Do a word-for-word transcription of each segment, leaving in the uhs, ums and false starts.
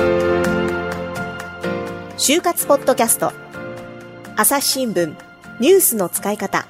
就活ポッドキャスト、朝日新聞ニュースの使い方。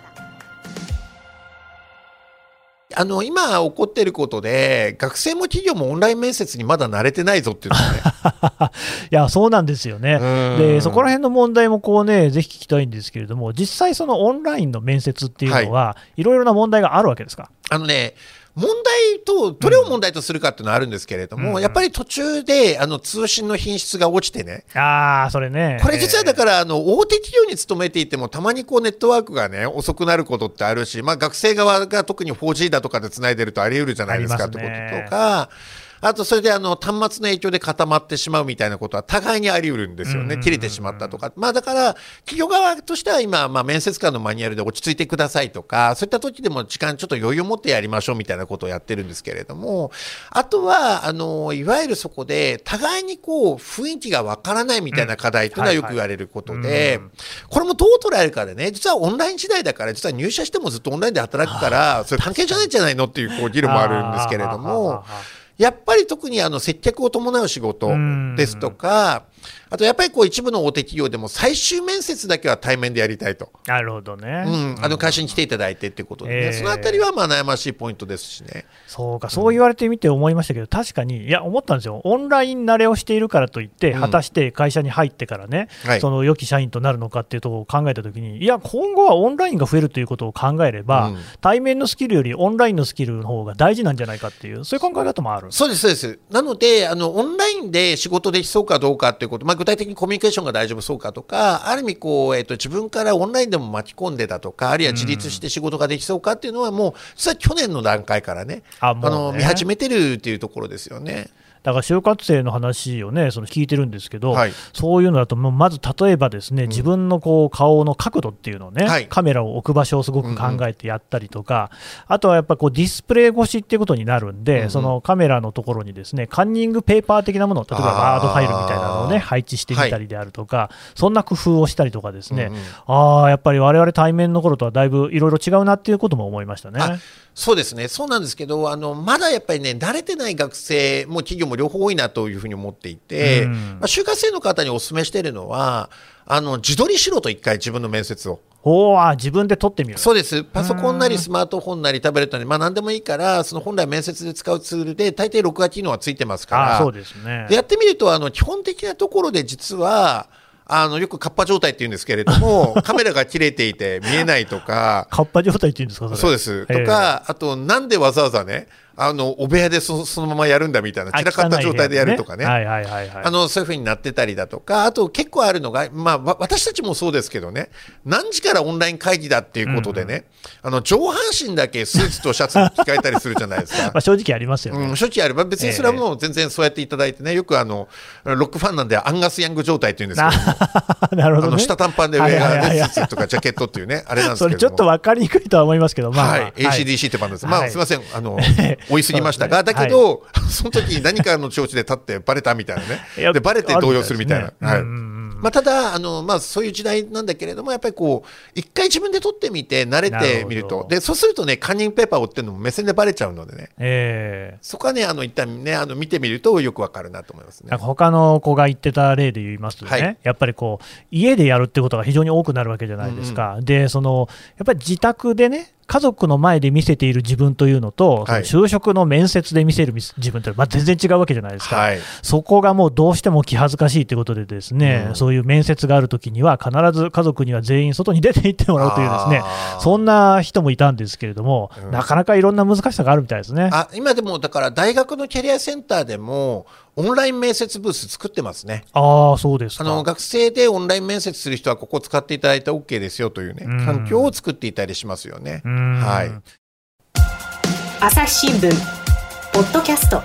あの今起こっていることで学生も企業もオンライン面接にまだ慣れてないぞっていうのねいやそうなんですよね。でそこら辺の問題もこう、ね、ぜひ聞きたいんですけれども、実際そのオンラインの面接っていうのは、はい、いろいろな問題があるわけですか？ あのね問題とどれを問題とするかっていうのはあるんですけれども、うん、やっぱり途中であの通信の品質が落ちてね、 あーそれね、 これ実はだからあの大手企業に勤めていてもたまにこうネットワークがね遅くなることってあるし、まあ、学生側が特に フォージー だとかでつないでるとあり得るじゃないですかってこととか、あとそれであの端末の影響で固まってしまうみたいなことは互いにあり得るんですよね。切れてしまったとか、まあだから企業側としては今、まあ面接官のマニュアルで落ち着いてくださいとか、そういった時でも時間ちょっと余裕を持ってやりましょうみたいなことをやってるんですけれども、あとはあのいわゆるそこで互いにこう雰囲気がわからないみたいな課題というのはよく言われることで、これもどう捉えるかでね、実はオンライン時代だから実は入社してもずっとオンラインで働くからそれ関係じゃないんじゃないのっていうこう議論もあるんですけれども、やっぱり特にあの接客を伴う仕事ですとか、あとやっぱりこう一部の大手企業でも最終面接だけは対面でやりたいと。 なるほどね、 うん、あの会社に来ていただいてっていうことで、ね、えー、そのあたりはまあ悩ましいポイントですしね。 そうか、そう言われてみて思いましたけど、確かにいや思ったんですよ。オンライン慣れをしているからといって、うん、果たして会社に入ってからね、はい、その良き社員となるのかっていうところを考えたときに、いや今後はオンラインが増えるということを考えれば、うん、対面のスキルよりオンラインのスキルの方が大事なんじゃないかっていう、そういう考え方もある。 そうですそうです。なのであのオンラインで仕事できそうかどうかっていうこと、まあ、具体的にコミュニケーションが大丈夫そうかとか、ある意味こう、えーと、自分からオンラインでも巻き込んでたとか、あるいは自立して仕事ができそうかっていうのはもう実は去年の段階からね、あ、もうね、あの見始めてるっていうところですよね。 だから就活生の話をね、その聞いてるんですけど、はい、そういうのだと、まず例えばですね、自分のこう顔の角度っていうのをね、はい、カメラを置く場所をすごく考えてやったりとか、うんうん、あとはやっぱこうディスプレイ越しっていうことになるんで、うんうん、そのカメラのところにですね、カンニングペーパー的なものを、例えばワードファイルみたいなのをね、配置してみたりであるとか、はい、そんな工夫をしたりとかですね、うんうん、ああ、やっぱり我々対面の頃とはだいぶいろいろ違うなっていうことも思いましたね。 そうですね、そうなんですけど、あのまだやっぱりね、慣れてない学生も企業も両方多いなというふうに思っていて、うん、まあ、就活生の方にお勧めしているのは、あの自撮りしろと、一回自分の面接を。 おー、自分で撮ってみる。 そうです。パソコンなりスマートフォンなりタブレットなり、まあ、何でもいいから、その本来面接で使うツールで大抵録画機能はついてますから、 あ、そうですね、 でやってみると、あの基本的なところで実はあのよくカッパ状態って言うんですけれどもカメラが切れていて見えないとかカッパ状態って言うんですか？それ。 そうですとか、あとなんでわざわざね、あのお部屋で そ, そのままやるんだみたいな、散らかった状態でやるとかね、そういう風になってたりだとか、あと結構あるのが、まあ、私たちもそうですけどね、何時からオンライン会議だっていうことでね、うんうん、あの上半身だけスーツとシャツに着替えたりするじゃないですかまあ正直ありますよね、 うん、正直あれば別にそれはもう全然そうやっていただいてね、よくあのロックファンなんでアンガス・ヤング状態っていうんですけどなるほど、ね、あの下短パンで上が、ね、スーツとかジャケットっていうねあれなんですけども、それちょっと分かりにくいとは思いますけど、まあ、 はい、エーシーディーシー ってバンドです、はい、まあすみません、あの追いすぎましたが、だけど、はい、その時何かの調子で立ってバレたみたいなねでバレて動揺するみたいな、ね、はい、まあ、ただあの、まあ、そういう時代なんだけれども、やっぱりこう一回自分で撮ってみて慣れてみると、でそうするとね、カンニングペーパーを追ってるのも目線でバレちゃうのでね、えー、そこはね、あの一旦ね、あの見てみるとよくわかるなと思いますね。 なんか他の子が言ってた例で言いますとね、はい、やっぱりこう家でやるってことが非常に多くなるわけじゃないですか、うんうん、でそのやっぱり自宅でね、家族の前で見せている自分というのと、はい、その就職の面接で見せる自分というのは、まあ、全然違うわけじゃないですか、はい、そこがもうどうしても気恥ずかしいということでですね、うん、そういう面接があるときには必ず家族には全員外に出て行ってもらうというですね、そんな人もいたんですけれども、うん、なかなかいろんな難しさがあるみたいですね。 あ、今でもだから大学のキャリアセンターでもオンライン面接ブース作ってますね。 ああ、そうですか。 あの学生でオンライン面接する人はここ使っていただいて OK ですよというね、環境を作っていたりしますよね。はい。 朝日新聞ポッドキャスト、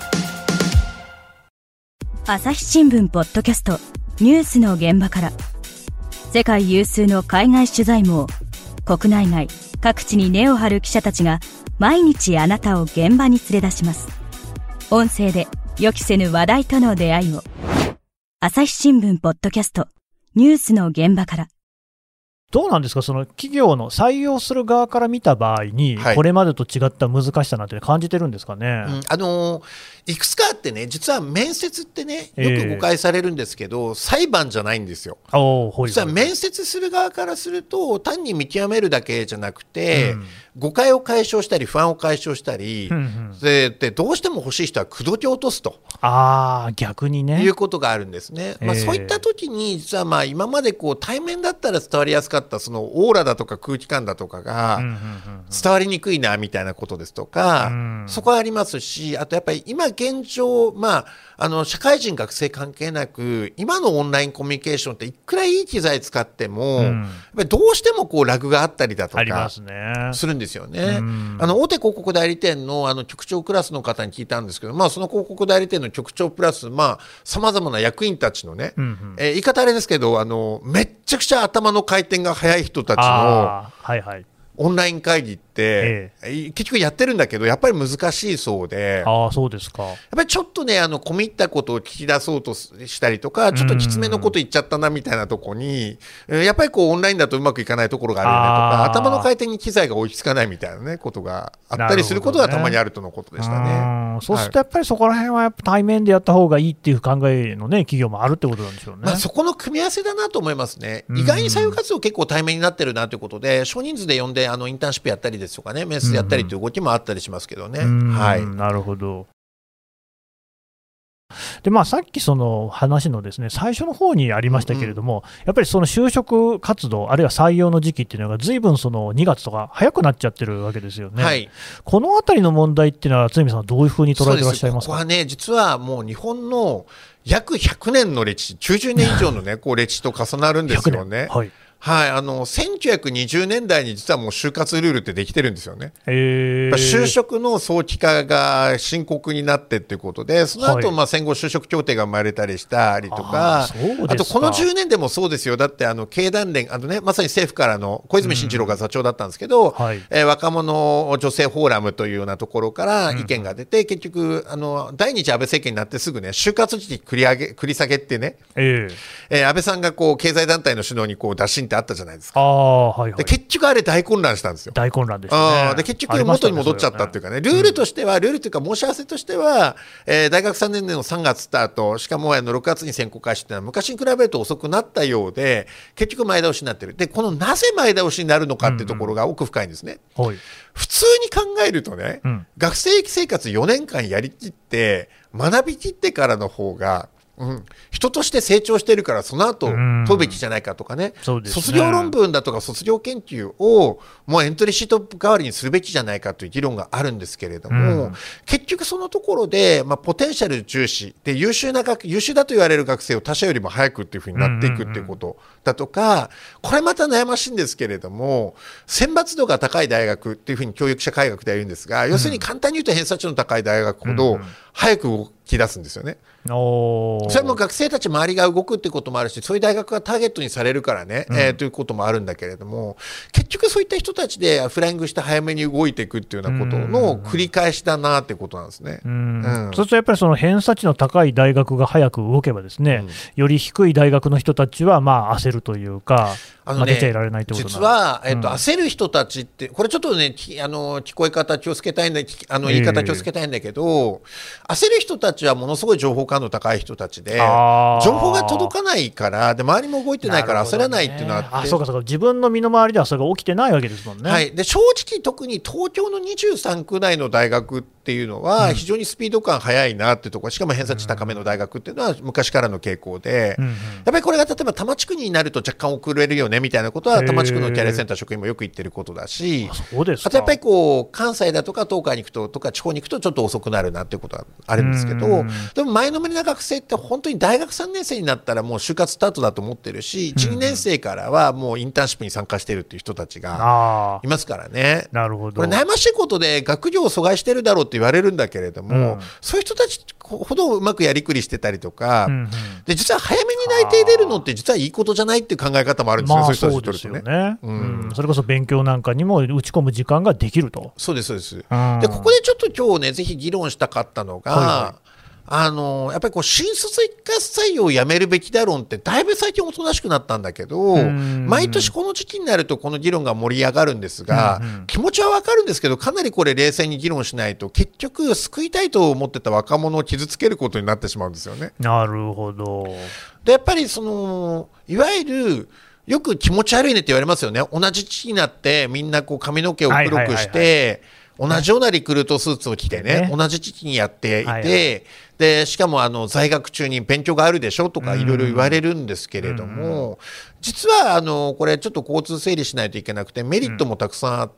朝日新聞ポッドキャスト、ニュースの現場から、世界有数の海外取材網、国内外各地に根を張る記者たちが毎日あなたを現場に連れ出します。音声で予期せぬ話題との出会いを。朝日新聞ポッドキャスト、ニュースの現場から。 どうなんですか、その企業の採用する側から見た場合に、はい、これまでと違った難しさなんて感じてるんですかね。 うん、あのー、 いくつかあってね、実は面接ってね、よく誤解されるんですけど、えー、裁判じゃないんですよ。実は面接する側からすると、単に見極めるだけじゃなくて、うん、誤解を解消したり、不安を解消したり、うんうん、で, でどうしても欲しい人は口説き落とすと。 あー、逆にね。 いうことがあるんですね。まあ、そういった時に、実はまあ今までこう対面だったら伝わりやすかったそのオーラだとか空気感だとかが伝わりにくいなみたいなことですとか、うん、そこはありますし、あとやっぱり今現状、まあ、あの社会人学生関係なく今のオンラインコミュニケーションっていくらいい機材使っても、うん、やっぱりどうしてもこうラグがあったりだとかするんですよね。うん、あの大手広告代理店 の, あの局長クラスの方に聞いたんですけど、まあ、その広告代理店の局長プラスさまざ、まな役員たちのね、うんうん、えー、言い方あれですけど、あのめっちゃくちゃ頭の回転が速い人たちの、 はいはい、 オンライン会議って、ええ、結局やってるんだけどやっぱり難しいそうで、 あ、そうですか。やっぱりちょっとね、あの込み入ったことを聞き出そうとしたりとか、ちょっときつめのこと言っちゃったなみたいなところに、やっぱりこうオンラインだとうまくいかないところがあるよねとか、頭の回転に機材が追いつかないみたいな、ね、ことがあったりすることがたまにあるとのことでしたね。 そうするとやっぱりそこら辺はやっぱ対面でやった方がいいっていう考えの、ね、企業もあるってことなんでしょうね。 まあ、そこの組み合わせだなと思いますね。意外に採用活動結構対面になってるなということで、少人数で呼んであのインターンシップやったりですとかね、面接やったりという動きもあったりしますけどね。はい、 なるほど。でまあ、さっきその話のですね最初の方にありましたけれども、うんうん、やっぱりその就職活動あるいは採用の時期っていうのがずいぶんそのにがつとか早くなっちゃってるわけですよね。はい、このあたりの問題っていうのは鶴見さんはどういうふうに捉えていらっしゃいますか。 ここはね、実はもう日本の約ひゃくねんの歴史、きゅうじゅうねん以上の、ね、こう歴史と重なるんですよね。はいはい、あのせんきゅうひゃくにじゅうねんだいに実はもう就活ルールってできてるんですよね。へー、就職の早期化が深刻になってっていうことで、その後、はい、まあ戦後就職協定が生まれたりしたりとか、 あ, あとこのじゅうねんでもそうですよ。だってあの経団連あの、ね、まさに政府からの小泉進次郎が座長だったんですけど、うんはい、えー、若者女性フォーラムというようなところから意見が出て、うん、結局あの第二次安倍政権になってすぐね就活時期繰り上げ繰り下げってね、えーえー、安倍さんがこう経済団体の首脳にこう打診ってあったじゃないですか。あ、はいはい、で結局あれ大混乱したんですよ。 大混乱でしたね。 で結局元に戻っちゃったっていうかね、ルールとしては、うん、ルールというか申し合わせとしては、えー、大学さんねんのさんがつスタート、しかもあのろくがつに選考開始っていうのは昔に比べると遅くなったようで、結局前倒しになってる。でこのなぜ前倒しになるのかっていうところが奥深いんですね。うんうん、普通に考えるとね、うん、学生生活よねんかんやりきって学びきってからの方がうん、人として成長しているからその後問うべきじゃないかとか ね, そうですね、卒業論文だとか卒業研究をもうエントリーシート代わりにするべきじゃないかという議論があるんですけれども、うん、結局そのところで、まあ、ポテンシャル重視で優秀な学優秀だと言われる学生を他者よりも早くっていうふうになっていくっていうことだとか、これまた悩ましいんですけれども、選抜度が高い大学っていうふうに教育社会学では言うんですが、要するに簡単に言うと偏差値の高い大学ほど早く動き出すんですよね。おそれも学生たち周りが動くっていうこともあるし、そういう大学がターゲットにされるからね、うん、えー、ということもあるんだけれども、結局そういった人たちでフライングして早めに動いていくっていうようなことの繰り返しだなってことなんですね。うん、 うん、そうするとやっぱりその偏差値の高い大学が早く動けばですね、うん、より低い大学の人たちはまあ焦るというか、あのね、負けちゃいられないってことなんです。 実は、えーとうん、焦る人たちってこれちょっとねあの聞こえ方気をつけたいんだあの言い方気をつけたいんだけど、えー、焦る人たちはものすごい情報感度高い人たちで、情報が届かないからで周りも動いてないから焦らないっていうのはあって、 あ、そうかそうか、自分の身の回りではそれが起きてないわけですもんね。 はい、で正直特に東京のにじゅうさんく内の大学っていうのは非常にスピード感速いなってところ、しかも偏差値高めの大学っていうのは昔からの傾向で、うんうん、やっぱりこれが例えば多摩地区になると若干遅れるよねみたいなことは多摩地区のキャリアセンター職員もよく言ってることだし、 あ, そうですか。あとやっぱりこう関西だとか東海に行くととか地方に行くとちょっと遅くなるなっていうことはあるんですけど、でも前のめりな学生って本当に大学さんねん生になったらもう就活スタートだと思ってるし、いち、にねん生からはもうインターンシップに参加しているっていう人たちがいますからね。なるほど。これ悩ましいことで学業を阻害してるだろうって言われるんだけれども、うん、そういう人たちほどうまくやりくりしてたりとか、うんうん、で実は早めに内定出るのって実はいいことじゃないっていう考え方もあるんですね。まあ、そういう人たちとるとね、うんうん、 それこそ勉強なんかにも打ち込む時間ができると。 そうですそうです、うん、でここでちょっと今日ねぜひ議論したかったのが、はいはい、 あのやっぱりこう新卒一括採用をやめるべきだ論ってだいぶ最近おとなしくなったんだけど、毎年この時期になるとこの議論が盛り上がるんですが、うんうん、気持ちはわかるんですけど、かなりこれ冷静に議論しないと結局救いたいと思ってた若者を傷つけることになってしまうんですよね。 なるほど。 でやっぱりそのいわゆるよく気持ち悪いねって言われますよね。同じ時期になってみんなこう髪の毛を黒くして、はいはいはいはい、同じようなリクルートスーツを着てね、ね同じ時期にやっていて、はいはい、でしかもあの在学中に勉強があるでしょとかいろいろ言われるんですけれども、実はあのこれちょっと交通整理しないといけなくてメリットもたくさんあって、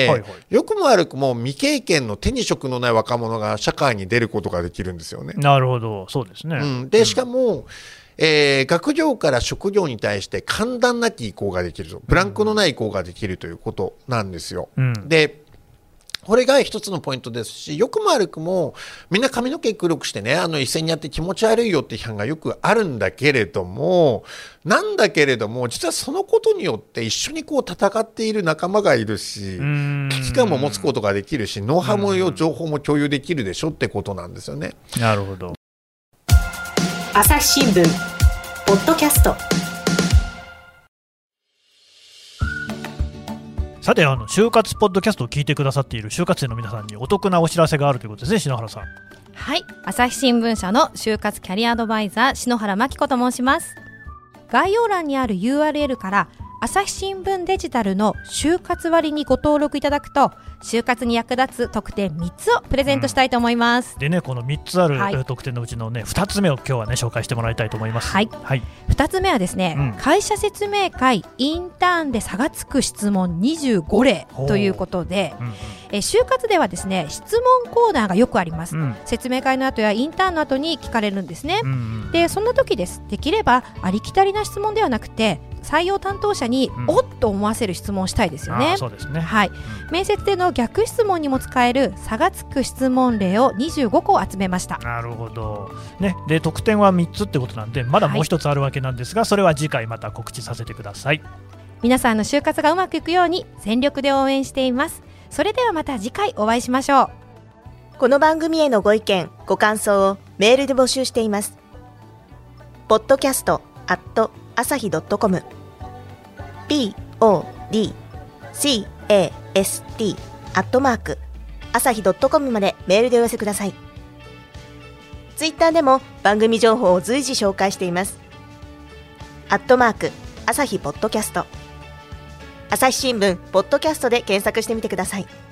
うんはいはい、良くも悪くも未経験の手に職のない若者が社会に出ることができるんですよね。 なるほど、そうですね、 うん、でしかも、うんえー、学業から職業に対して簡単なき移行ができると、ブランクのない移行ができるということなんですよ、うん、でこれが一つのポイントですし、良くも悪くもみんな髪の毛黒くしてね、あの一斉にやって気持ち悪いよって批判がよくあるんだけれども、なんだけれども実はそのことによって一緒にこう戦っている仲間がいるし、危機感も持つことができるし、ノウハウも情報も共有できるでしょってことなんですよね。 なるほど。 朝日新聞ポッドキャスト。 さて、あの就活ポッドキャストを聞いてくださっている就活生の皆さんにお得なお知らせがあるということですね。篠原さん。 はい、朝日新聞社の就活キャリアアドバイザー篠原真希子と申します。概要欄にある ユーアールエル から朝日新聞デジタルの就活割にご登録いただくと、就活に役立つ特典みっつをプレゼントしたいと思います、 うん、でね、このみっつある、はい、特典のうちのねふたつめを今日はね紹介してもらいたいと思います。 はい、はい、ふたつめはですね、うん、会社説明会インターンで差がつく質問にじゅうごれいということで、うんうん、え就活ではですね質問コーナーがよくあります、うん、説明会の後やインターンの後に聞かれるんですね、うんうん、でそんな時です。できればありきたりな質問ではなくて、採用担当者に、うん、おっと思わせる質問をしたいですよね。 そうですね、 はい、うん、面接での逆質問にも使える差がつく質問例をにじゅうごこ集めました。 なるほど、ね、で得点はみっつってことなんで、まだもう一つあるわけなんですが、はい、それは次回また告知させてください。 皆さんの就活がうまくいくように全力で応援しています。それではまた次回お会いしましょう。 この番組へのご意見ご感想をメールで募集しています。ポッドキャストアットアサヒドットコム ピーオーディーキャスト アットマークアサヒドットコムまでメールでお寄せください。ツイッターでも番組情報を随時紹介しています。アットマークアサヒポッドキャスト、朝日新聞ポッドキャストで検索してみてください。